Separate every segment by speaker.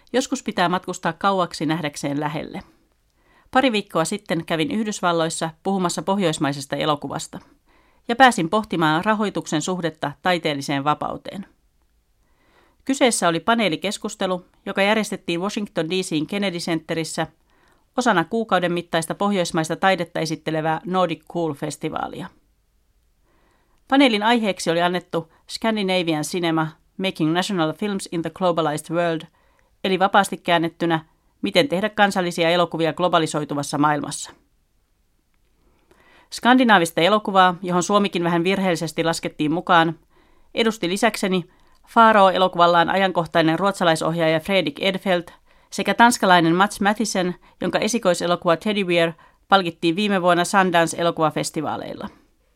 Speaker 1: Joskus pitää matkustaa kauaksi nähdäkseen lähelle. Pari viikkoa sitten kävin Yhdysvalloissa puhumassa pohjoismaisesta elokuvasta ja pääsin pohtimaan rahoituksen suhdetta taiteelliseen vapauteen. Kyseessä oli paneelikeskustelu, joka järjestettiin Washington DC:n Kennedy Centerissä osana kuukauden mittaista pohjoismaista taidetta esittelevää Nordic Cool-festivaalia. Paneelin aiheeksi oli annettu Scandinavian Cinema Making National Films in the Globalized World, eli vapaasti käännettynä Miten tehdä kansallisia elokuvia globalisoituvassa maailmassa. Skandinaavista elokuvaa, johon Suomikin vähän virheellisesti laskettiin mukaan, edusti lisäkseni Faro-elokuvallaan ajankohtainen ruotsalaisohjaaja Fredrik Edfeldt sekä tanskalainen Mats Matthiessen, jonka esikoiselokuva Teddy Bear palkittiin viime vuonna Sundance-elokuvafestivaaleilla.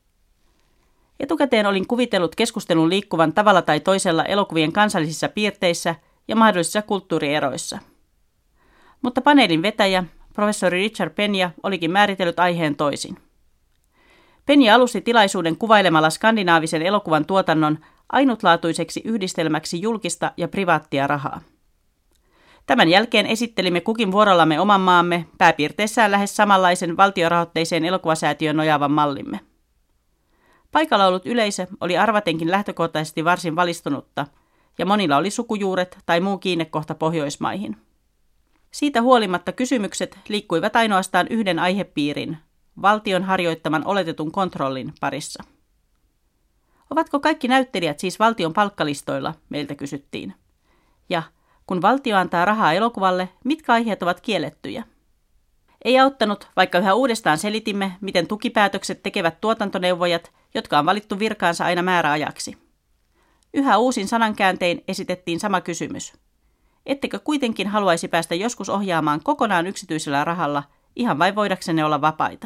Speaker 1: Etukäteen olin kuvitellut keskustelun liikkuvan tavalla tai toisella elokuvien kansallisissa piirteissä ja mahdollisissa kulttuurieroissa. Mutta paneelin vetäjä, professori Richard Penja, olikin määritellyt aiheen toisin. Penja alusti tilaisuuden kuvailemalla skandinaavisen elokuvan tuotannon ainutlaatuiseksi yhdistelmäksi julkista ja privaattia rahaa. Tämän jälkeen esittelimme kukin vuorollamme oman maamme pääpiirteissään lähes samanlaisen valtiorahoitteiseen elokuvasäätiön nojaavan mallimme. Paikalla ollut yleisö oli arvatenkin lähtökohtaisesti varsin valistunutta, ja monilla oli sukujuuret tai muu kiinnekohta Pohjoismaihin. Siitä huolimatta kysymykset liikkuivat ainoastaan yhden aihepiirin, valtion harjoittaman oletetun kontrollin parissa. Ovatko kaikki näyttelijät siis valtion palkkalistoilla, meiltä kysyttiin. Ja kun valtio antaa rahaa elokuvalle, mitkä aiheet ovat kiellettyjä? Ei auttanut, vaikka yhä uudestaan selitimme, miten tukipäätökset tekevät tuotantoneuvojat, jotka on valittu virkaansa aina määräajaksi. Yhä uusin sanankääntein esitettiin sama kysymys. Ettekö kuitenkin haluaisi päästä joskus ohjaamaan kokonaan yksityisellä rahalla, ihan vain voidaksenne olla vapaita?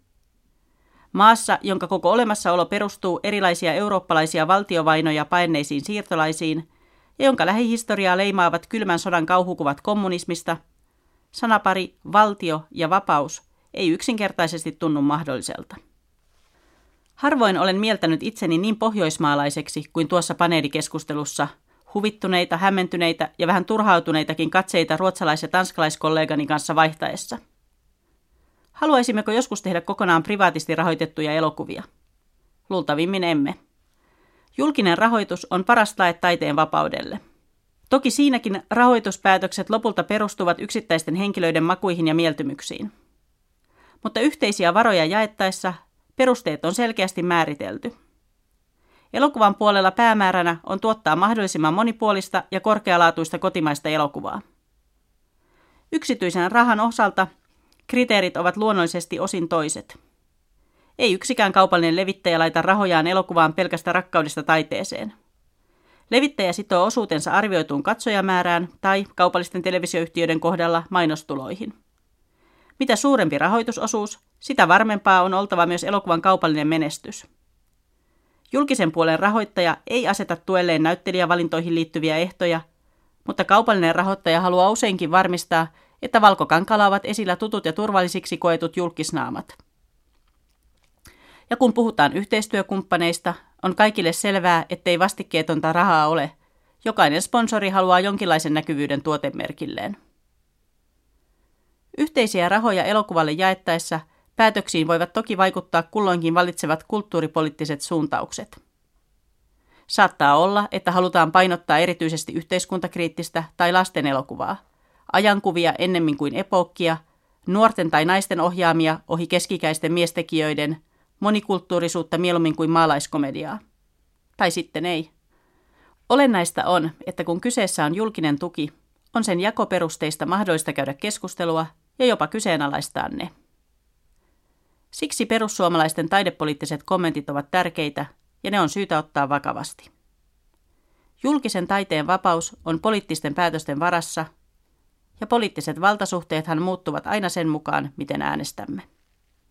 Speaker 1: Maassa, jonka koko olemassaolo perustuu erilaisia eurooppalaisia valtiovainoja paenneisiin siirtolaisiin, ja jonka lähihistoriaa leimaavat kylmän sodan kauhukuvat kommunismista, sanapari valtio ja vapaus ei yksinkertaisesti tunnu mahdolliselta. Harvoin olen mieltänyt itseni niin pohjoismaalaiseksi kuin tuossa paneelikeskustelussa, huvittuneita, hämmentyneitä ja vähän turhautuneitakin katseita ruotsalais- ja tanskalaiskollegani kanssa vaihtaessa. Haluaisimmeko joskus tehdä kokonaan privaatisti rahoitettuja elokuvia? Luultavimmin emme. Julkinen rahoitus on paras tae taiteen vapaudelle. Toki siinäkin rahoituspäätökset lopulta perustuvat yksittäisten henkilöiden makuihin ja mieltymyksiin. Mutta yhteisiä varoja jaettaessa perusteet on selkeästi määritelty. Elokuvan puolella päämääränä on tuottaa mahdollisimman monipuolista ja korkealaatuista kotimaista elokuvaa. Yksityisen rahan osalta kriteerit ovat luonnollisesti osin toiset. Ei yksikään kaupallinen levittäjä laita rahojaan elokuvaan pelkästä rakkaudesta taiteeseen. Levittäjä sitoo osuutensa arvioituun katsojamäärään tai kaupallisten televisioyhtiöiden kohdalla mainostuloihin. Mitä suurempi rahoitusosuus, sitä varmempaa on oltava myös elokuvan kaupallinen menestys. Julkisen puolen rahoittaja ei aseta tuelleen näyttelijävalintoihin liittyviä ehtoja, mutta kaupallinen rahoittaja haluaa useinkin varmistaa, että valkokankaalla ovat esillä tutut ja turvallisiksi koetut julkisnaamat. Ja kun puhutaan yhteistyökumppaneista, on kaikille selvää, ettei vastikkeetonta rahaa ole. Jokainen sponsori haluaa jonkinlaisen näkyvyyden tuotemerkilleen. Yhteisiä rahoja elokuvalle jaettaessa päätöksiin voivat toki vaikuttaa kulloinkin vallitsevat kulttuuripoliittiset suuntaukset. Saattaa olla, että halutaan painottaa erityisesti yhteiskuntakriittistä tai lasten elokuvaa, ajankuvia ennemmin kuin epookkia, nuorten tai naisten ohjaamia ohi keskikäisten miestekijöiden, monikulttuurisuutta mieluummin kuin maalaiskomediaa. Tai sitten ei. Olennaista on, että kun kyseessä on julkinen tuki, on sen jakoperusteista mahdollista käydä keskustelua ja jopa kyseenalaistaa ne. Siksi perussuomalaisten taidepoliittiset kommentit ovat tärkeitä ja ne on syytä ottaa vakavasti. Julkisen taiteen vapaus on poliittisten päätösten varassa ja poliittiset valtasuhteethan muuttuvat aina sen mukaan, miten äänestämme.